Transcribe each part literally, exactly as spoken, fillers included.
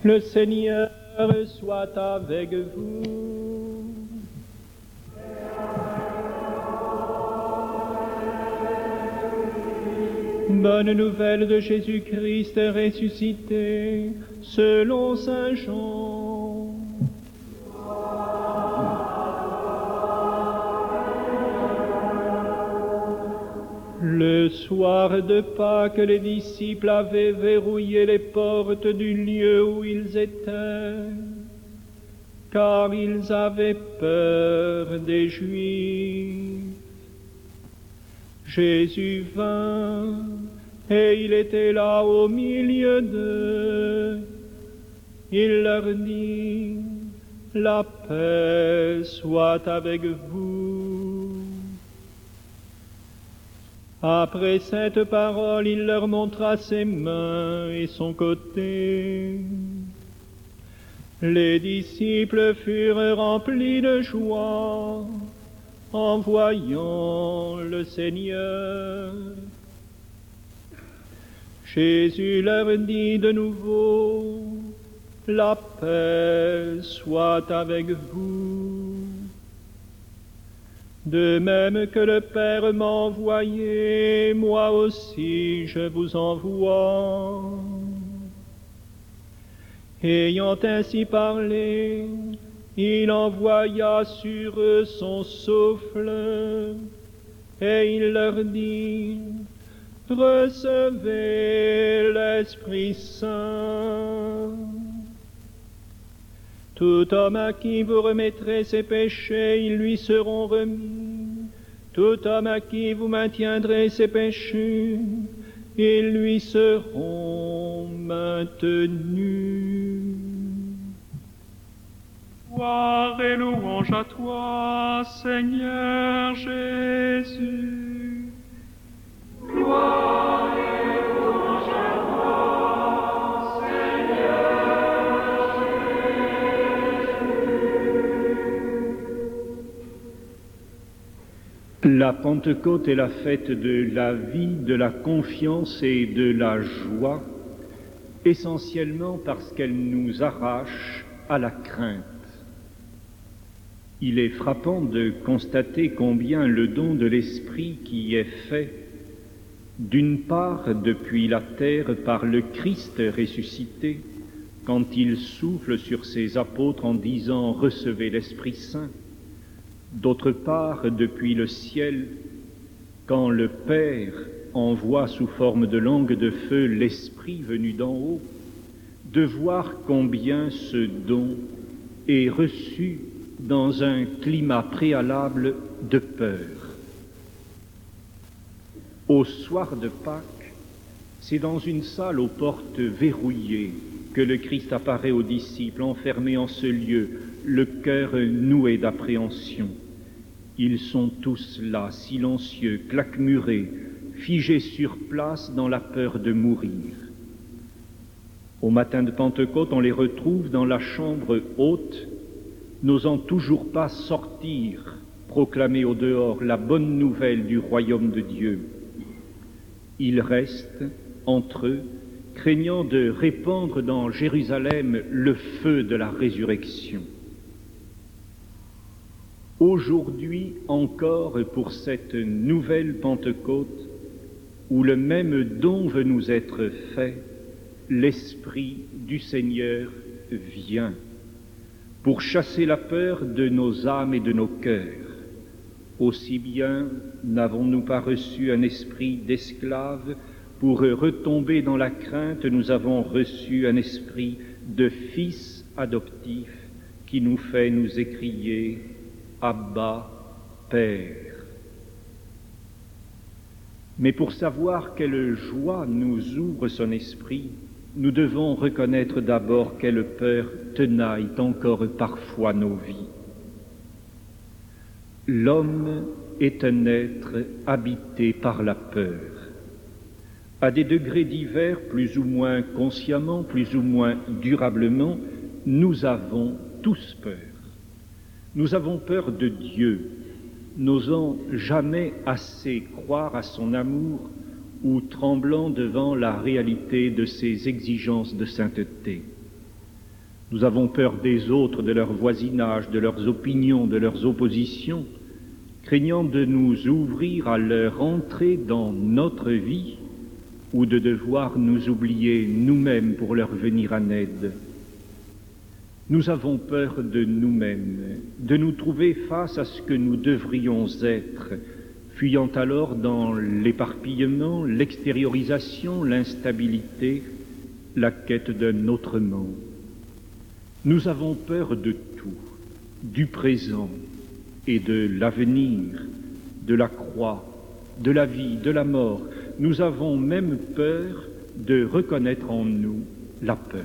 Le Seigneur soit avec vous. Bonne nouvelle de Jésus-Christ ressuscité, selon saint Jean. Le soir de Pâques, les disciples avaient verrouillé les portes du lieu où ils étaient, car ils avaient peur des Juifs. Jésus vint, et il était là au milieu d'eux. Il leur dit, « La paix soit avec vous. » Après cette parole, il leur montra ses mains et son côté. Les disciples furent remplis de joie en voyant le Seigneur. Jésus leur dit de nouveau, « La paix soit avec vous. » De même que le Père m'a envoyé, moi aussi je vous envoie. Ayant ainsi parlé, il envoya sur eux son souffle, et il leur dit, « Recevez l'Esprit Saint. Tout homme à qui vous remettrez ses péchés, ils lui seront remis. Tout homme à qui vous maintiendrez ses péchés, ils lui seront maintenus. » Gloire et louange à toi, Seigneur Jésus. Gloire et louange à toi, Seigneur Jésus. La Pentecôte est la fête de la vie, de la confiance et de la joie, essentiellement parce qu'elle nous arrache à la crainte. Il est frappant de constater combien le don de l'Esprit qui est fait, d'une part depuis la terre par le Christ ressuscité, quand il souffle sur ses apôtres en disant « Recevez l'Esprit Saint », d'autre part depuis le ciel, quand le Père envoie sous forme de langue de feu l'Esprit venu d'en haut, de voir combien ce don est reçu dans un climat préalable de peur. Au soir de Pâques, c'est dans une salle aux portes verrouillées que le Christ apparaît aux disciples, enfermés en ce lieu, le cœur noué d'appréhension. Ils sont tous là, silencieux, claquemurés, figés sur place dans la peur de mourir. Au matin de Pentecôte, on les retrouve dans la chambre haute, n'osant toujours pas sortir, proclamer au dehors la bonne nouvelle du royaume de Dieu. Ils restent entre eux, craignant de répandre dans Jérusalem le feu de la résurrection. Aujourd'hui encore, pour cette nouvelle Pentecôte, où le même don veut nous être fait, l'Esprit du Seigneur vient pour chasser la peur de nos âmes et de nos cœurs. Aussi bien n'avons-nous pas reçu un esprit d'esclave pour retomber dans la crainte, nous avons reçu un esprit de fils adoptif qui nous fait nous écrier « Abba, Père ». Mais pour savoir quelle joie nous ouvre son esprit, nous devons reconnaître d'abord quelle peur tenaille encore parfois nos vies. L'homme est un être habité par la peur. À des degrés divers, plus ou moins consciemment, plus ou moins durablement, nous avons tous peur. Nous avons peur de Dieu, n'osant jamais assez croire à son amour ou tremblant devant la réalité de ses exigences de sainteté. Nous avons peur des autres, de leur voisinage, de leurs opinions, de leurs oppositions, craignant de nous ouvrir à leur entrée dans notre vie ou de devoir nous oublier nous-mêmes pour leur venir en aide. Nous avons peur de nous-mêmes, de nous trouver face à ce que nous devrions être, fuyant alors dans l'éparpillement, l'extériorisation, l'instabilité, la quête d'un autrement. Nous avons peur de tout, du présent et de l'avenir, de la croix, de la vie, de la mort. Nous avons même peur de reconnaître en nous la peur.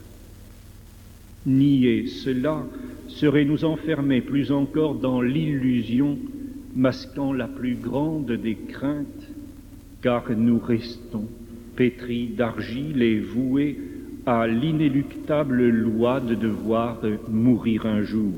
Nier cela serait nous enfermer plus encore dans l'illusion, masquant la plus grande des craintes, car nous restons pétris d'argile et voués à l'inéluctable loi de devoir mourir un jour.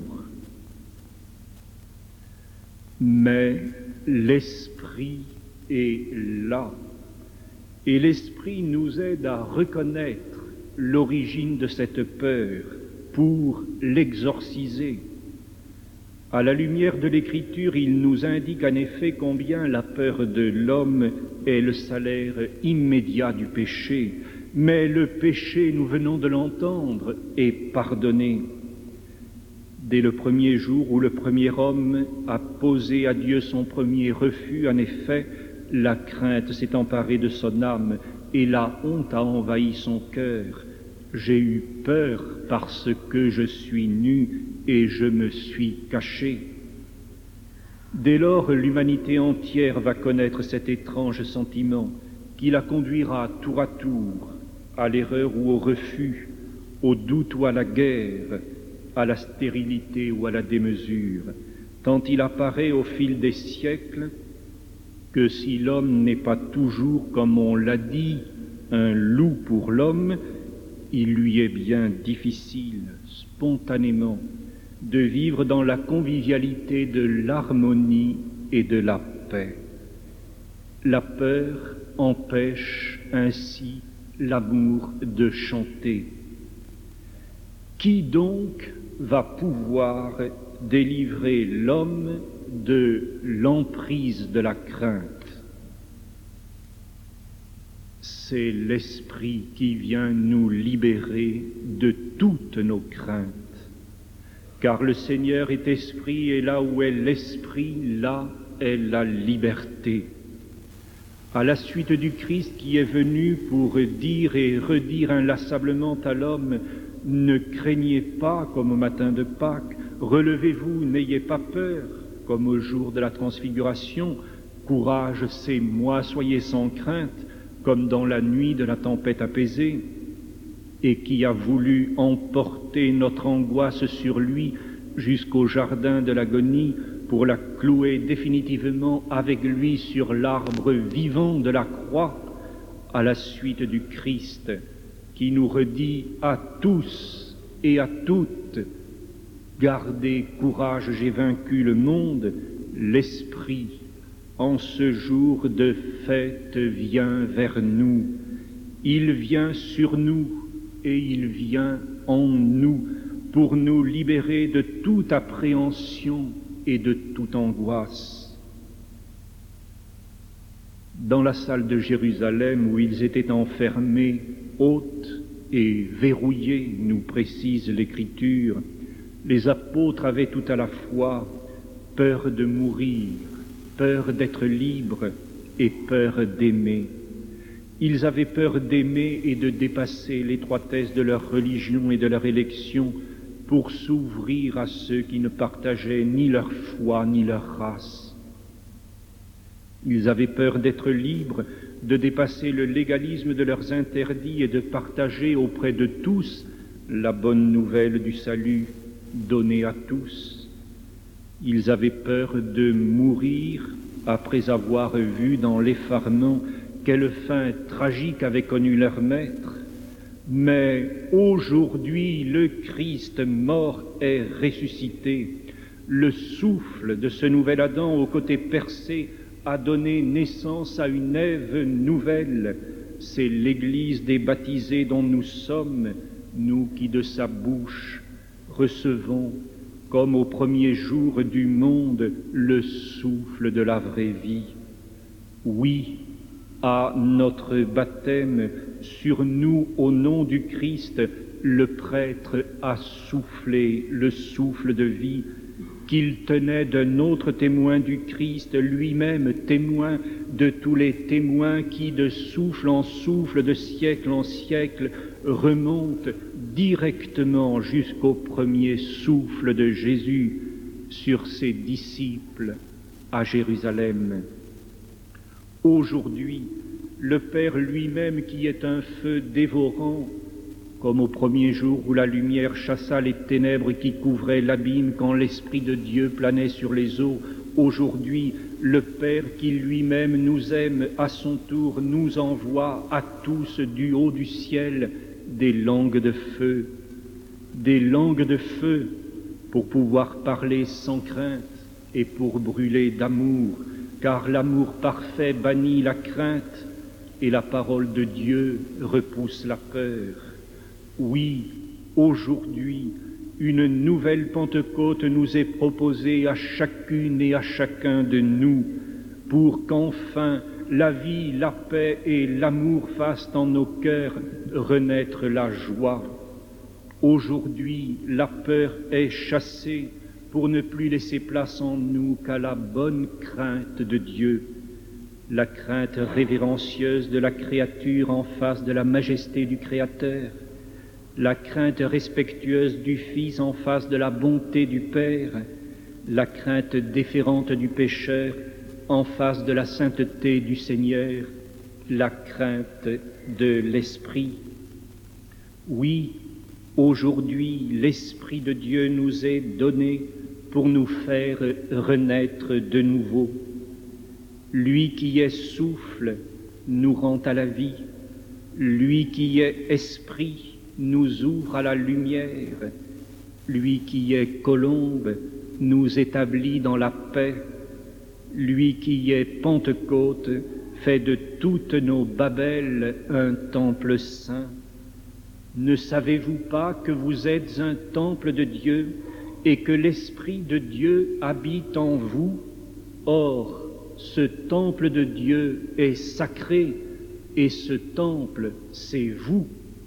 Mais l'Esprit est là, et l'Esprit nous aide à reconnaître l'origine de cette peur pour l'exorciser. À la lumière de l'Écriture, il nous indique en effet combien la peur de l'homme est le salaire immédiat du péché. Mais le péché, nous venons de l'entendre, est pardonné. Dès le premier jour où le premier homme a posé à Dieu son premier refus, en effet, la crainte s'est emparée de son âme et la honte a envahi son cœur. J'ai eu peur parce que je suis nu et je me suis caché. Dès lors, l'humanité entière va connaître cet étrange sentiment qui la conduira tour à tour à l'erreur ou au refus, au doute ou à la guerre, à la stérilité ou à la démesure, tant il apparaît au fil des siècles que si l'homme n'est pas toujours, comme on l'a dit, un loup pour l'homme, il lui est bien difficile, spontanément, de vivre dans la convivialité de l'harmonie et de la paix. La peur empêche ainsi l'amour de chanter. Qui donc va pouvoir délivrer l'homme de l'emprise de la crainte? C'est l'Esprit qui vient nous libérer de toutes nos craintes. Car le Seigneur est Esprit, et là où est l'Esprit, là est la liberté. À la suite du Christ qui est venu pour dire et redire inlassablement à l'homme « Ne craignez pas comme au matin de Pâques, relevez-vous, n'ayez pas peur » comme au jour de la Transfiguration, « Courage, c'est moi, soyez sans crainte » comme dans la nuit de la tempête apaisée, et qui a voulu emporter notre angoisse sur lui jusqu'au jardin de l'agonie pour la clouer définitivement avec lui sur l'arbre vivant de la croix, à la suite du Christ, qui nous redit à tous et à toutes: gardez courage, j'ai vaincu le monde. L'Esprit, en ce jour de fête, vient vers nous. Il vient sur nous et il vient en nous pour nous libérer de toute appréhension et de toute angoisse. Dans la salle de Jérusalem où ils étaient enfermés, hautes et verrouillés, nous précise l'Écriture, les apôtres avaient tout à la fois peur de mourir, peur d'être libres et peur d'aimer. Ils avaient peur d'aimer et de dépasser l'étroitesse de leur religion et de leur élection pour s'ouvrir à ceux qui ne partageaient ni leur foi ni leur race. Ils avaient peur d'être libres, de dépasser le légalisme de leurs interdits et de partager auprès de tous la bonne nouvelle du salut donnée à tous. Ils avaient peur de mourir après avoir vu dans l'effarement quelle fin tragique avait connu leur maître. Mais aujourd'hui, le Christ mort est ressuscité. Le souffle de ce nouvel Adam au côté percé a donné naissance à une Ève nouvelle. C'est l'Église des baptisés dont nous sommes, nous qui de sa bouche recevons, comme au premier jour du monde, le souffle de la vraie vie. Oui, à notre baptême, sur nous, au nom du Christ, le prêtre a soufflé le souffle de vie qu'il tenait d'un autre témoin du Christ, lui-même témoin de tous les témoins qui, de souffle en souffle, de siècle en siècle, remontent directement jusqu'au premier souffle de Jésus sur ses disciples à Jérusalem. Aujourd'hui, le Père lui-même, qui est un feu dévorant, comme au premier jour où la lumière chassa les ténèbres qui couvraient l'abîme quand l'Esprit de Dieu planait sur les eaux, aujourd'hui, le Père qui lui-même nous aime à son tour nous envoie à tous du haut du ciel des langues de feu, des langues de feu pour pouvoir parler sans crainte et pour brûler d'amour, car l'amour parfait bannit la crainte et la parole de Dieu repousse la peur. Oui, aujourd'hui, une nouvelle Pentecôte nous est proposée à chacune et à chacun de nous pour qu'enfin la vie, la paix et l'amour fassent en nos cœurs renaître la joie. Aujourd'hui, la peur est chassée pour ne plus laisser place en nous qu'à la bonne crainte de Dieu, la crainte révérencieuse de la créature en face de la majesté du Créateur, la crainte respectueuse du Fils en face de la bonté du Père, la crainte déférente du pécheur en face de la sainteté du Seigneur, la crainte de l'Esprit. Oui, aujourd'hui, l'Esprit de Dieu nous est donné pour nous faire renaître de nouveau. Lui qui est souffle nous rend à la vie, lui qui est esprit nous ouvre à la lumière, lui qui est colombe nous établit dans la paix, lui qui est Pentecôte fait de toutes nos Babels un temple saint. Ne savez-vous pas que vous êtes un temple de Dieu et que l'Esprit de Dieu habite en vous? Or, ce temple de Dieu est sacré et ce temple, c'est vous.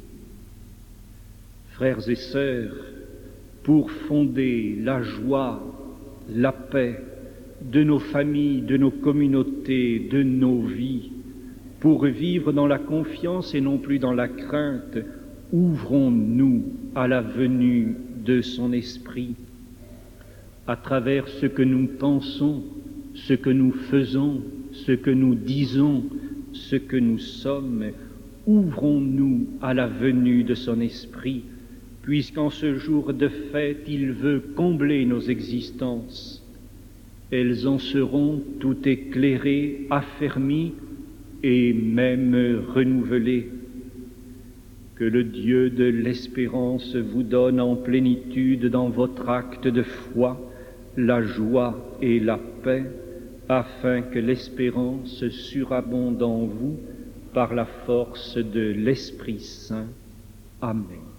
Frères et sœurs, pour fonder la joie, la paix de nos familles, de nos communautés, de nos vies, pour vivre dans la confiance et non plus dans la crainte, ouvrons-nous à la venue de son Esprit. À travers ce que nous pensons, ce que nous faisons, ce que nous disons, ce que nous sommes, ouvrons-nous à la venue de son Esprit, puisqu'en ce jour de fête, il veut combler nos existences. Elles en seront tout éclairées, affermies et même renouvelées. Que le Dieu de l'espérance vous donne en plénitude dans votre acte de foi la joie et la paix, afin que l'espérance surabonde en vous par la force de l'Esprit Saint. Amen.